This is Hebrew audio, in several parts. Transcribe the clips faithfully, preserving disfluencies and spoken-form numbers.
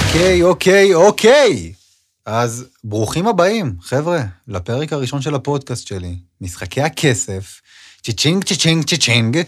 אוקיי, אוקיי, אוקיי. אז ברוכים הבאים, חבר'ה, לפרק הראשון של הפודקאסט שלי, משחקי הכסף, צ'יצ'ינג, צ'יצ'ינג, צ'יצ'ינג,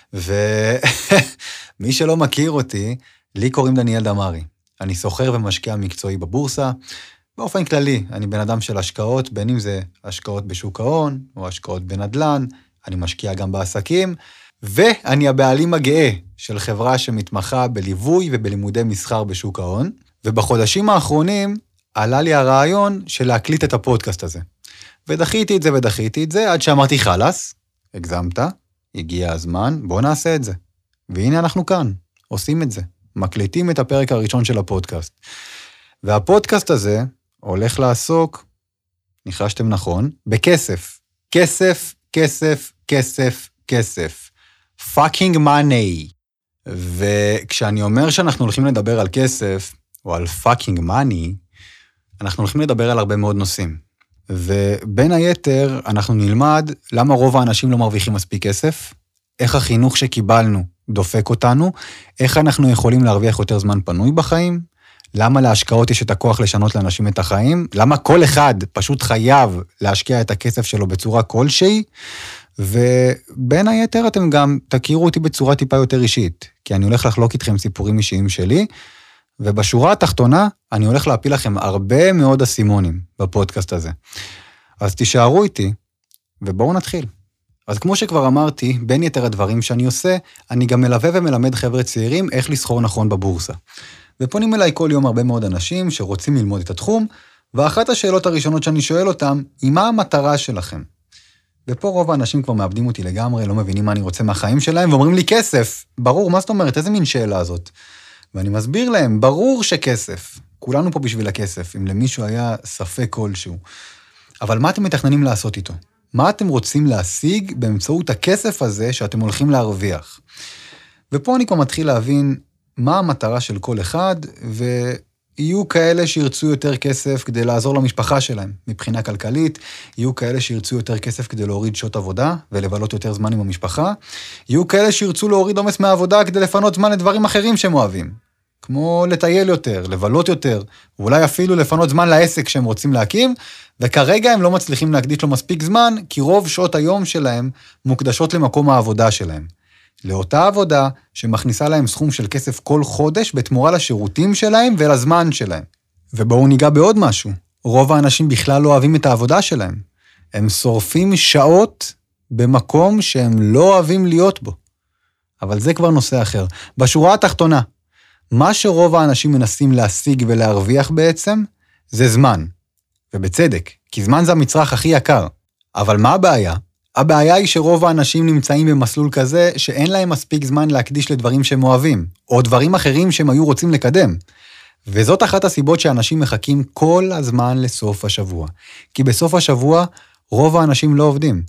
ומי שלא מכיר אותי, לי קוראים דניאל דמרי. אני סוחר ומשקיע מקצועי בבורסה. באופן כללי, אני בן אדם של השקעות, בין אם זה השקעות בשוק ההון, או השקעות בנדל"ן, אני משקיע גם בעסקים, ואני הבעלים הגאה של חברה שמתמחה בליווי ובלימודי מסחר בשוק ההון, ובחודשים האחרונים עלה לי הרעיון של להקליט את הפודקאסט הזה. ודחיתי את זה ודחיתי את זה, עד שאמרתי חלס, הגזמת, הגיע הזמן, בוא נעשה את זה. והנה אנחנו כאן, עושים את זה, מקליטים את הפרק הראשון של הפודקאסט. והפודקאסט הזה הולך לעסוק, ניחשתם נכון, בכסף. כסף, כסף, כסף, כסף. fucking money. וכשאני אומר שאנחנו הולכים לדבר על כסף, או על fucking money, אנחנו הולכים לדבר על הרבה מאוד נושאים. ובין היתר, אנחנו נלמד למה רוב האנשים לא מרוויחים מספיק כסף, איך החינוך שקיבלנו דופק אותנו, איך אנחנו יכולים להרוויח יותר זמן פנוי בחיים, למה להשקעות יש את הכוח לשנות לאנשים את החיים, למה כל אחד פשוט חייב להשקיע את הכסף שלו בצורה כלשהי, ובין היתר אתם גם תכירו אותי בצורה טיפה יותר אישית, כי אני הולך לחלוק איתכם סיפורים אישיים שלי, ובשורה התחתונה אני הולך להפיל לכם הרבה מאוד אסימונים בפודקאסט הזה. אז תישארו איתי, ובואו נתחיל. אז כמו שכבר אמרתי, בין יתר הדברים שאני עושה, אני גם מלווה ומלמד חבר'ה צעירים איך לסחור נכון בבורסה. ופונים אליי כל יום הרבה מאוד אנשים שרוצים ללמוד את התחום, ואחת השאלות הראשונות שאני שואל אותם, היא מה המטרה שלכם? ופה רוב האנשים כבר מאבדים אותי לגמרי, לא מבינים מה אני רוצה מהחיים שלהם, ואומרים לי כסף. ברור, מה זאת אומרת? איזה מין שאלה הזאת? ואני מסביר להם, ברור שכסף. כולנו פה בשביל הכסף, אם למישהו היה ספק כלשהו. אבל מה אתם מתכננים לעשות איתו? מה אתם רוצים להשיג באמצעות הכסף הזה שאתם הולכים להרוויח? ופה אני כבר מתחיל להבין מה המטרה של כל אחד, ויהיו כאלה שירצו יותר כסף כדי לעזור למשפחה שלהם, מבחינה כלכלית, יהיו כאלה שירצו יותר כסף כדי להוריד שעות עבודה, ולבלות יותר זמן עם המשפחה, יהיו כאלה שירצו להוריד עומס מהעבודה כדי לפנות זמן לדברים אחרים שהם אוהבים, כמו לטייל יותר, לבלות יותר, ואולי אפילו לפנות זמן לעסק שהם רוצים להקים, וכרגע הם לא מצליחים להקדיש לו מספיק זמן, כי רוב שעות היום שלהם מוקדשות למקום העבודה שלהם. לאותה עבודה שמכניסה להם סכום של כסף כל חודש בתמורה לשירותים שלהם ולזמן שלהם. ובואו ניגע בעוד משהו. רוב האנשים בכלל לא אוהבים את העבודה שלהם. הם שורפים שעות במקום שהם לא אוהבים להיות בו. אבל זה כבר נושא אחר. בשורה התחתונה, מה שרוב האנשים מנסים להשיג ולהרוויח בעצם, זה זמן. ובצדק, כי זמן זה המצרך הכי יקר. אבל מה הבעיה? הבעיה היא שרוב האנשים נמצאים במסלול כזה שאין להם מספיק זמן להקדיש לדברים שהם אוהבים, או דברים אחרים שהם היו רוצים לקדם. וזאת אחת הסיבות שאנשים מחכים כל הזמן לסוף השבוע. כי בסוף השבוע רוב האנשים לא עובדים.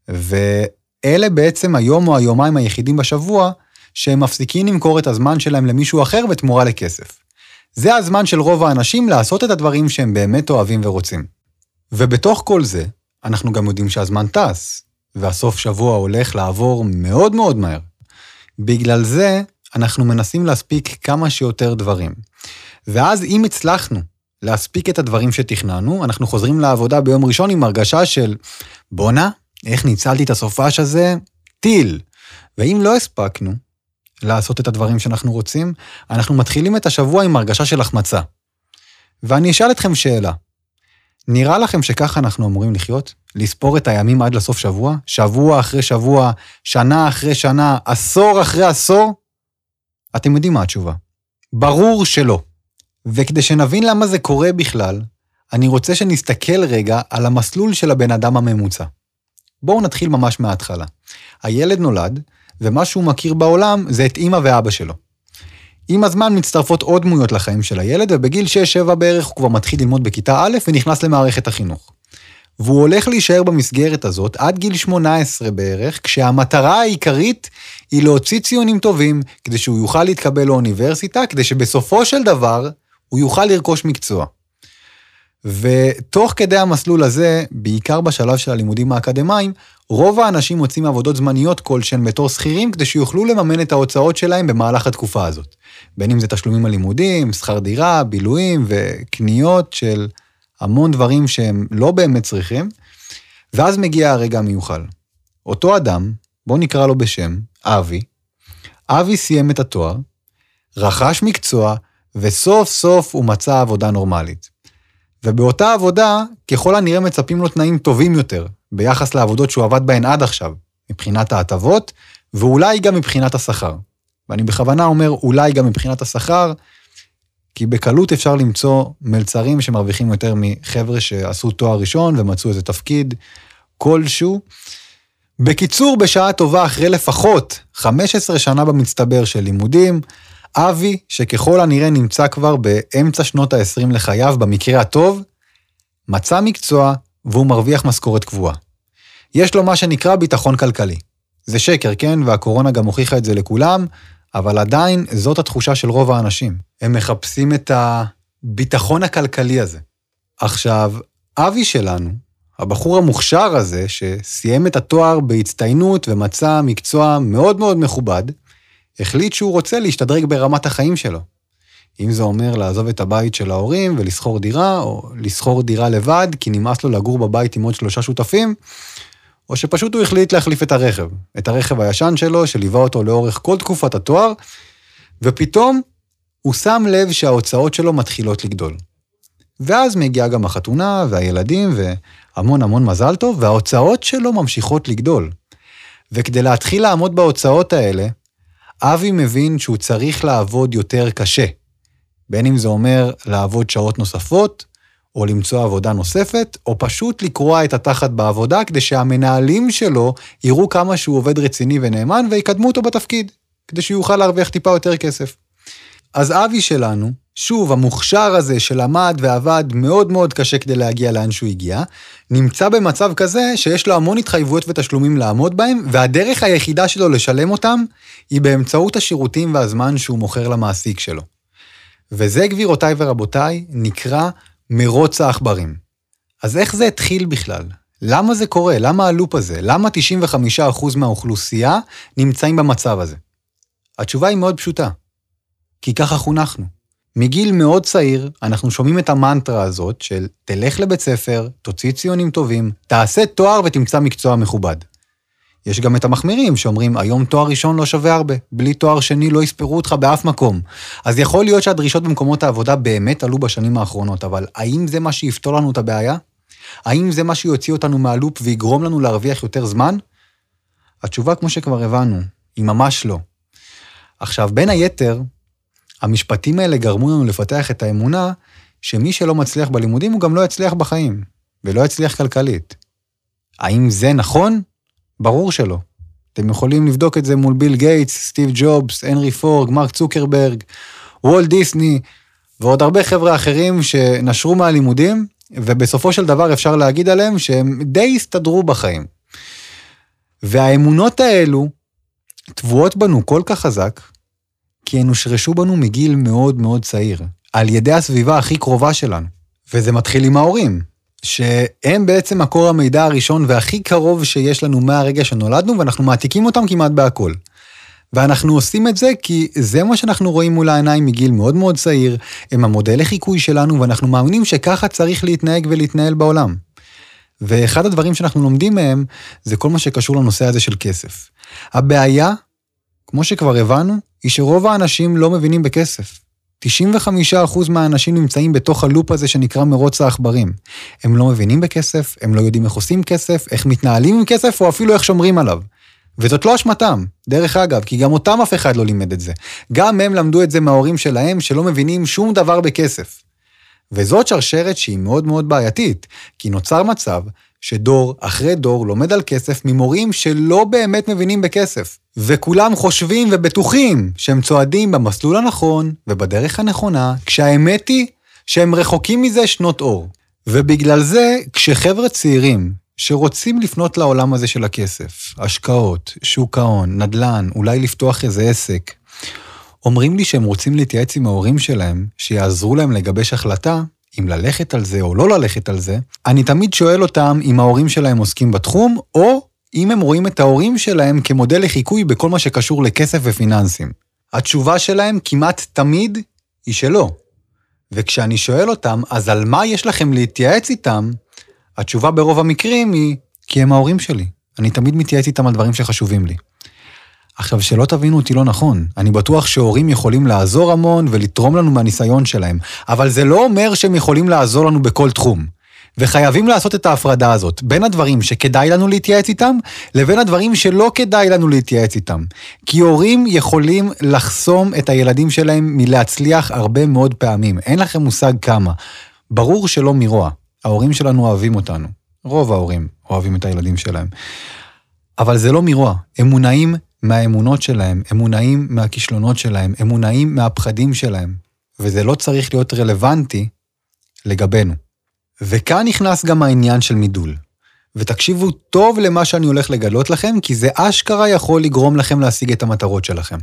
ואלה בעצם היום או היומיים היחידים בשבוע שהם מפסיקים למכור את הזמן שלהם למישהו אחר בתמורה לכסף. זה הזמן של רוב האנשים לעשות את הדברים שהם באמת אוהבים ורוצים. ובתוך כל זה, אנחנו גם יודעים שהזמן טס. והסוף שבוע הולך לעבור מאוד מאוד מהר. בגלל זה אנחנו מנסים להספיק כמה שיותר דברים. ואז אם הצלחנו להספיק את הדברים שתכננו, אנחנו חוזרים לעבודה ביום ראשון עם הרגשה של, בונה, איך ניצלתי את הסופש הזה? טיל. ואם לא הספקנו לעשות את הדברים שאנחנו רוצים, אנחנו מתחילים את השבוע עם הרגשה של החמצה. ואני אשאל אתכם שאלה. נראה לכם שככה אנחנו אמורים לחיות? לספור את הימים עד לסוף שבוע? שבוע אחרי שבוע, שנה אחרי שנה, עשור אחרי עשור? אתם יודעים מה התשובה. ברור שלא. וכדי שנבין למה זה קורה בכלל, אני רוצה שנסתכל רגע על המסלול של הבן אדם הממוצע. בואו נתחיל ממש מההתחלה. הילד נולד, ומה שהוא מכיר בעולם זה את אמא ואבא שלו. עם הזמן מצטרפות עוד דמויות לחיים של הילד, ובגיל שש שבע בערך הוא כבר מתחיל ללמוד בכיתה א' ונכנס למערכת החינוך. והוא הולך להישאר במסגרת הזאת עד גיל שמונה עשרה בערך, כשהמטרה העיקרית היא להוציא ציונים טובים, כדי שהוא יוכל להתקבל לאוניברסיטה, כדי שבסופו של דבר הוא יוכל לרכוש מקצוע. ותוך כדי המסלול הזה, בעיקר בשלב של הלימודים האקדמיים, רוב האנשים מוצאים עבודות זמניות כלשהן בתור שכירים, כדי שיוכלו לממן את ההוצאות שלהם במהלך התקופה הזאת. בין אם זה תשלומים על לימודים, שכר דירה, בילויים וקניות של המון דברים שהם לא באמת צריכים, ואז מגיע הרגע המיוחל. אותו אדם, בוא נקרא לו בשם, אבי, אבי סיים את התואר, רכש מקצוע, וסוף סוף הוא מצא עבודה נורמלית. ובאותה עבודה, ככל הנראה מצפים לו תנאים טובים יותר, ביחס לעבודות שהוא עבד בהן עד עכשיו, מבחינת ההטבות, ואולי גם מבחינת השכר. ואני בכוונה אומר אולי גם מבחינת השכר, כי בקלות אפשר למצוא מלצרים שמרוויחים יותר מחבר'ה שעשו תואר ראשון ומצאו איזה תפקיד כלשהו. בקיצור, בשעה טובה אחרי לפחות חמש עשרה שנה במצטבר של לימודים, אבי, שככל הנראה נמצא כבר באמצע שנות ה-עשרים לחייו, במקרה הטוב, מצא מקצוע והוא מרוויח משכורת קבועה. יש לו מה שנקרא ביטחון כלכלי. זה שקר, כן? והקורונה גם הוכיחה את זה לכולם, אבל עדיין זאת התחושה של רוב האנשים. הם מחפשים את הביטחון הכלכלי הזה. עכשיו, אבי שלנו, הבחור המוכשר הזה, שסיים את התואר בהצטיינות ומצא מקצוע מאוד מאוד מכובד, החליט שהוא רוצה להשתדרג ברמת החיים שלו. אם זה אומר לעזוב את הבית של ההורים ולסחור דירה, או לסחור דירה לבד, כי נמאס לו לגור בבית עם עוד שלושה שותפים, או שפשוט הוא החליט להחליף את הרכב, את הרכב הישן שלו, שליווה אותו לאורך כל תקופת התואר, ופתאום הוא שם לב שההוצאות שלו מתחילות לגדול. ואז מגיעה גם החתונה והילדים, והמון המון מזל טוב, וההוצאות שלו ממשיכות לגדול. וכדי להתחיל לעמוד בהוצאות האלה, אבי מבין שהוא צריך לעבוד יותר קשה. בין אם זה אומר לעבוד שעות נוספות, או למצוא עבודה נוספת, או פשוט לקרוע את התחת בעבודה, כדי שהמנהלים שלו יראו כמה שהוא עובד רציני ונאמן, ויקדמו אותו בתפקיד, כדי שיוכל להרוויח טיפה יותר כסף. אז אבי שלנו, שוב, המוכשר הזה שלמד ועבד מאוד מאוד קשה כדי להגיע לאן שהוא הגיע, נמצא במצב כזה שיש לו המון התחייבויות ותשלומים לעמוד בהם, והדרך היחידה שלו לשלם אותם, היא באמצעות השירותים והזמן שהוא מוכר למעסיק שלו. וזה, גבירותיי ורבותיי, נקרא מרוץ העכברים. אז איך זה התחיל בכלל? למה זה קורה? למה הלופ הזה? למה תשעים וחמישה אחוז מהאוכלוסייה נמצאים במצב הזה? התשובה היא מאוד פשוטה. כי ככה חונכנו. מגיל מאוד צעיר, אנחנו שומעים את המנטרה הזאת של תלך לבית ספר, תוציא ציונים טובים, תעשה תואר ותמצא מקצוע מכובד. יש גם את המחמירים שאומרים, היום תואר ראשון לא שווה הרבה, בלי תואר שני לא יספרו אותך באף מקום. אז יכול להיות שהדרישות במקומות העבודה באמת עלו בשנים האחרונות, אבל האם זה מה שיפתור לנו את הבעיה? האם זה מה שיוציא אותנו מהלופ ויגרום לנו להרוויח יותר זמן? התשובה, כמו שכבר הבנו, היא ממש לא. עכשיו, בין היתר, המשפטים האלה גרמו לנו לפתח את האמונה שמי שלא מצליח בלימודים הוא גם לא יצליח בחיים, ולא יצליח כלכלית. האם זה נכון? ברור שלא. אתם יכולים לבדוק את זה מול ביל גייטס, סטיב ג'ובס, הנרי פורד, מרק צוקרברג, וולט דיסני, ועוד הרבה חבר'ה אחרים שנשרו מהלימודים, ובסופו של דבר אפשר להגיד עליהם שהם די הסתדרו בחיים. והאמונות האלו טבועות בנו כל כך חזק, כי הן הושרשו בנו מגיל מאוד מאוד צעיר, על ידי הסביבה הכי קרובה שלנו. וזה מתחיל עם ההורים, שהם בעצם מקור המידע הראשון והכי קרוב שיש לנו מהרגע שנולדנו, ואנחנו מעתיקים אותם כמעט בהכל. ואנחנו עושים את זה כי זה מה שאנחנו רואים מול העיניים מגיל מאוד מאוד צעיר, הם המודל לחיקוי שלנו, ואנחנו מאמינים שככה צריך להתנהג ולהתנהל בעולם. ואחד הדברים שאנחנו לומדים מהם, זה כל מה שקשור לנושא הזה של כסף. הבעיה, כמו שכבר הבנו, היא שרוב האנשים לא מבינים בכסף. תשעים וחמישה אחוז מהאנשים נמצאים בתוך הלופ הזה שנקרא מרוץ העכברים. הם לא מבינים בכסף, הם לא יודעים איך עושים כסף, איך מתנהלים עם כסף, או אפילו איך שומרים עליו. וזאת לא אשמתם, דרך אגב, כי גם אותם אף אחד לא לימד את זה. גם הם למדו את זה מההורים שלהם, שלא מבינים שום דבר בכסף. וזאת שרשרת שהיא מאוד מאוד בעייתית, כי נוצר מצב שדור אחרי דור לומד על כסף ממורים שלא באמת מבינים בכסף. וכולם חושבים ובטוחים שהם צועדים במסלול הנכון ובדרך הנכונה, כשהאמת היא שהם רחוקים מזה שנות אור. ובגלל זה, כשחבר'ה צעירים שרוצים לפנות לעולם הזה של הכסף, השקעות, שוק ההון, נדל"ן, אולי לפתוח איזה עסק, אומרים לי שהם רוצים להתייעץ עם ההורים שלהם, שיעזרו להם לגבש החלטה, אם ללכת על זה או לא ללכת על זה, אני תמיד שואל אותם אם ההורים שלהם עוסקים בתחום, או אם הם רואים את ההורים שלהם כמודל לחיקוי בכל מה שקשור לכסף ופיננסים. התשובה שלהם כמעט תמיד היא שלא. וכשאני שואל אותם, אז על מה יש לכם להתייעץ איתם? התשובה ברוב המקרים היא, כי הם ההורים שלי. אני תמיד מתייעץ איתם על דברים שחשובים לי. עכשיו, שלא תבינו אותי לא נכון. אני בטוח שהורים יכולים לעזור המון ולתרום לנו מהניסיון שלהם. אבל זה לא אומר שהם יכולים לעזור לנו בכל תחום. וחייבים לעשות את ההפרדה הזאת, בין הדברים שכדאי לנו להתייעץ איתם, לבין הדברים שלא כדאי לנו להתייעץ איתם. כי הורים יכולים לחסום את הילדים שלהם מלהצליח הרבה מאוד פעמים. אין לכם מושג כמה. ברור שלא מרוע. ההורים שלנו אוהבים אותנו. רוב ההורים אוהבים את הילדים שלהם. אבל זה לא מרוע. הם מונעים מהאמונות שלהם, הם מונעים מהכישלונות שלהם, הם מונעים מהפחדים שלהם. וזה לא צריך להיות רלוונטי לגבינו. וכאן נכנס גם העניין של מידול. ותקשיבו טוב למה שאני הולך לגלות לכם, כי זה אשכרה יכול לגרום לכם להשיג את המטרות שלכם.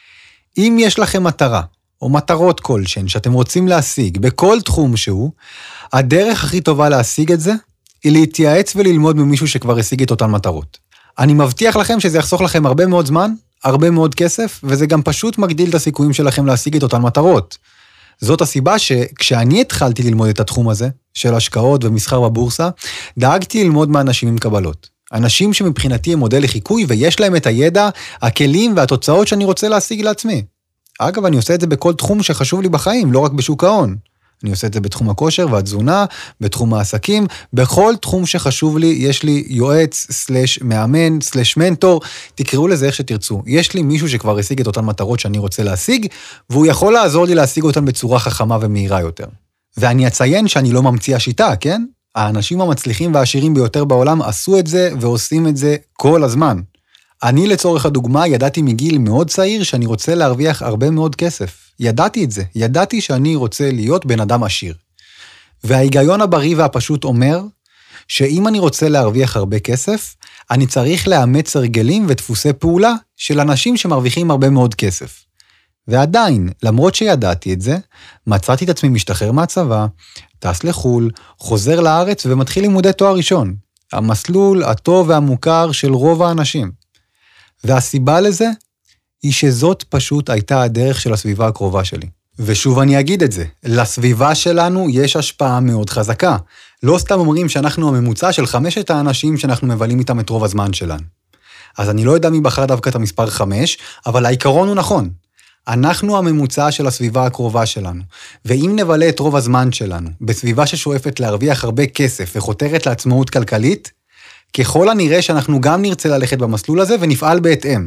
אם יש לכם מטרה, או מטרות כלשהן שאתם רוצים להשיג בכל תחום שהוא, הדרך הכי טובה להשיג את זה, היא להתייעץ וללמוד ממישהו שכבר השיג את אותן מטרות. אני מבטיח לכם שזה יחסוך לכם הרבה מאוד זמן, הרבה מאוד כסף, וזה גם פשוט מגדיל את הסיכויים שלכם להשיג את אותן מטרות. זאת הסיבה שכשאני התחלתי ללמוד את התחום הזה, של השקעות ומסחר בבורסה, דאגתי ללמוד מאנשים עם קבלות. אנשים שמבחינתי הם מודל לחיקוי, ויש להם את הידע, הכלים והתוצאות שאני רוצה להשיג לעצמי. אגב, אני עושה את זה בכל תחום שחשוב לי בחיים, לא רק בשוק ההון. אני עושה את זה בתחום הכושר והתזונה, בתחום העסקים, בכל תחום שחשוב לי, יש לי יועץ, סלש מאמן, סלש מנטור, תקראו לזה איך שתרצו. יש לי מישהו שכבר השיג את אותן מטרות שאני רוצה להשיג, והוא יכול לעזור לי להשיג אותן בצורה חכמה ומהירה יותר. ואני אציין שאני לא ממציא השיטה, כן? האנשים המצליחים והעשירים ביותר בעולם עשו את זה ועושים את זה כל הזמן. אני לצורך הדוגמה ידעתי מגיל מאוד צעיר שאני רוצה להרוויח הרבה מאוד כסף. ידעתי את זה, ידעתי שאני רוצה להיות בן אדם עשיר. וההיגיון הבריא והפשוט אומר, שאם אני רוצה להרוויח הרבה כסף, אני צריך לאמץ הרגלים ודפוסי פעולה של אנשים שמרוויחים הרבה מאוד כסף. ועדיין, למרות שידעתי את זה, מצאתי את עצמי משתחרר מהצבא, טס לחול, חוזר לארץ ומתחיל לימודי תואר ראשון. המסלול הטוב והמוכר של רוב האנשים. והסיבה לזה היא שזאת פשוט הייתה הדרך של הסביבה הקרובה שלי. ושוב אני אגיד את זה, לסביבה שלנו יש השפעה מאוד חזקה. לא סתם אומרים שאנחנו הממוצע של חמשת האנשים שאנחנו מבלים איתם את רוב הזמן שלנו. אז אני לא יודע מי בחר דווקא את המספר חמש, אבל העיקרון הוא נכון. אנחנו הממוצע של הסביבה הקרובה שלנו, ואם נבלה את רוב הזמן שלנו בסביבה ששואפת להרוויח הרבה כסף וחותרת לעצמאות כלכלית, ככל הנראה שאנחנו גם נרצה ללכת במסלול הזה ונפעל בהתאם.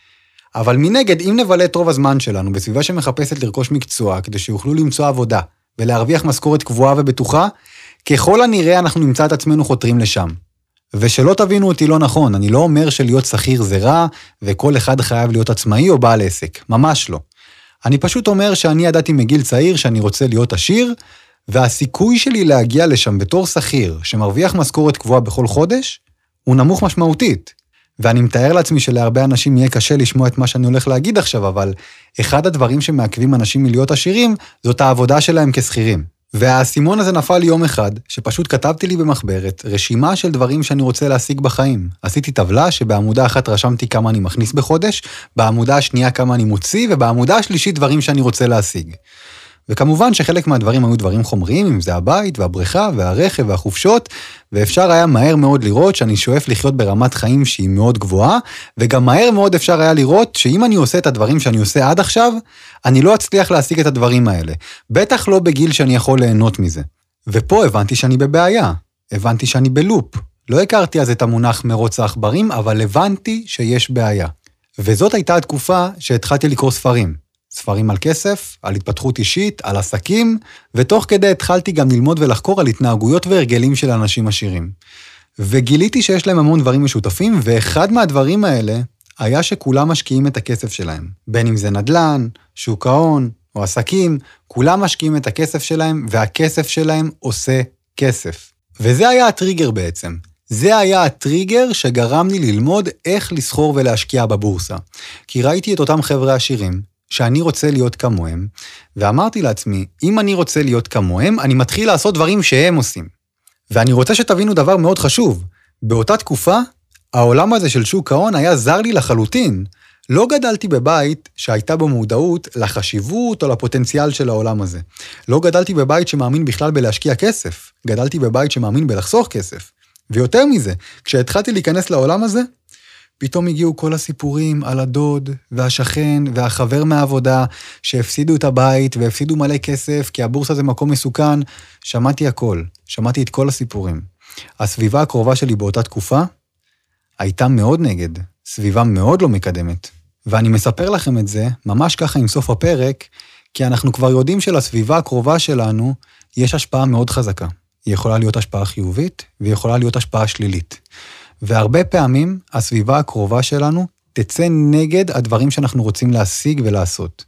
אבל מנגד, אם נבלה את רוב הזמן שלנו בסביבה שמחפשת לרכוש מקצוע כדי שיוכלו למצוא עבודה ולהרוויח משכורת קבועה ובטוחה, ככל הנראה אנחנו נמצא את עצמנו חותרים לשם. ושלא תבינו אותי לא נכון, אני לא אומר שלהיות שכיר זה רע, וכל אחד חייב להיות עצמאי או בעל עסק, ממש לא. אני פשוט אומר שאני ידעתי מגיל צעיר שאני רוצה להיות עשיר, והסיכוי שלי להגיע לשם בתור שכיר שמרוויח משכורת קבועה בכל חודש, הוא נמוך משמעותית. ואני מתאר לעצמי שלהרבה אנשים יהיה קשה לשמוע את מה שאני הולך להגיד עכשיו, אבל אחד הדברים שמעכבים אנשים מלהיות עשירים, זאת העבודה שלהם כשכירים. והסימון הזה נפל יום אחד, שפשוט כתבתי לי במחברת רשימה של דברים שאני רוצה להשיג בחיים. עשיתי טבלה שבעמודה אחת רשמתי כמה אני מכניס בחודש, בעמודה השנייה כמה אני מוציא, ובעמודה השלישית דברים שאני רוצה להשיג. וכמובן שחלק מהדברים היו דברים חומריים, אם זה הבית והבריכה והרכב והחופשות, ואפשר היה מהר מאוד לראות שאני שואף לחיות ברמת חיים שהיא מאוד גבוהה, וגם מהר מאוד אפשר היה לראות שאם אני עושה את הדברים שאני עושה עד עכשיו, אני לא אצליח להשיג את הדברים האלה. בטח לא בגיל שאני יכול ליהנות מזה. ופה הבנתי שאני בבעיה, הבנתי שאני בלופ. לא הכרתי אז את המונח מרוץ העכברים, אבל הבנתי שיש בעיה. וזאת הייתה התקופה שהתחלתי לקרוא ספרים. ספרים על כסף, על התפתחות אישית, על עסקים, ותוך כדי התחלתי גם ללמוד ולחקור על התנהגויות והרגלים של אנשים עשירים. וגיליתי שיש להם המון דברים משותפים, ואחד מהדברים האלה היה שכולם משקיעים את הכסף שלהם. בין אם זה נדל"ן, שוק ההון, או עסקים, כולם משקיעים את הכסף שלהם, והכסף שלהם עושה כסף. וזה היה הטריגר בעצם. זה היה הטריגר שגרם לי ללמוד איך לסחור ולהשקיע בבורסה. כי ראיתי את אותם חבר'ה עשירים, שאני רוצה להיות כמוהם, ואמרתי לעצמי, אם אני רוצה להיות כמוהם, אני מתחיל לעשות דברים שהם עושים. ואני רוצה שתבינו דבר מאוד חשוב. באותה תקופה, העולם הזה של שוק ההון היה זר לי לחלוטין. לא גדלתי בבית שהייתה בו מודעות לחשיבות או לפוטנציאל של העולם הזה. לא גדלתי בבית שמאמין בכלל בלהשקיע כסף. גדלתי בבית שמאמין בלחסוך כסף. ויותר מזה, כשהתחלתי להיכנס לעולם הזה, פתאום הגיעו כל הסיפורים על הדוד והשכן והחבר מהעבודה שהפסידו את הבית והפסידו מלא כסף כי הבורסה זה מקום מסוכן. שמעתי הכל, שמעתי את כל הסיפורים. הסביבה הקרובה שלי באותה תקופה הייתה מאוד נגד, סביבה מאוד לא מקדמת. ואני מספר לכם את זה ממש ככה עם סוף הפרק, כי אנחנו כבר יודעים שלסביבה הקרובה שלנו יש השפעה מאוד חזקה. היא יכולה להיות השפעה חיובית והיא יכולה להיות השפעה שלילית. והרבה פעמים הסביבה הקרובה שלנו תצא נגד הדברים שאנחנו רוצים להשיג ולעשות.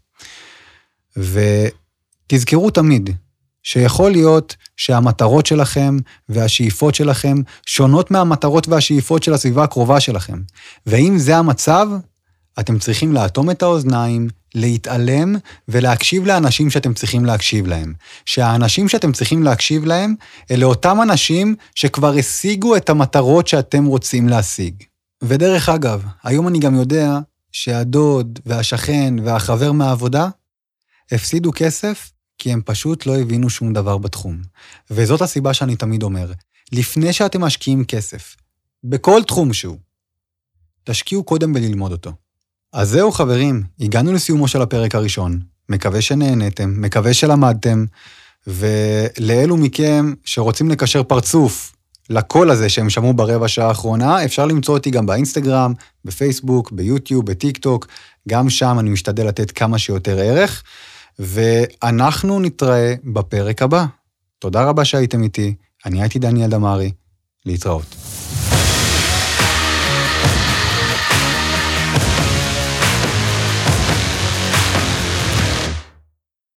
ותזכרו תמיד שיכול להיות שהמטרות שלכם והשאיפות שלכם שונות מהמטרות והשאיפות של הסביבה הקרובה שלכם. ואם זה המצב, אתם צריכים לאטום את האוזניים, להתעלם ולהקשיב לאנשים שאתם צריכים להקשיב להם. שהאנשים שאתם צריכים להקשיב להם, אלה אותם אנשים שכבר השיגו את המטרות שאתם רוצים להשיג. ודרך אגב, היום אני גם יודע שהדוד והשכן והחבר מהעבודה הפסידו כסף, כי הם פשוט לא הבינו שום דבר בתחום. וזאת הסיבה שאני תמיד אומר, לפני שאתם משקיעים כסף, בכל תחום שהוא, תשקיעו קודם בללמוד אותו. אז זהו חברים, הגענו לסיומו של הפרק הראשון, מקווה שנהנתם, מקווה שלמדתם, ולאלו מכם שרוצים לקשר פרצוף לקול הזה שהם שמעו ברבע שעה האחרונה, אפשר למצוא אותי גם באינסטגרם, בפייסבוק, ביוטיוב, בטיק טוק, גם שם אני משתדל לתת כמה שיותר ערך, ואנחנו נתראה בפרק הבא. תודה רבה שהייתם איתי, אני הייתי דניאל דמארי, להתראות.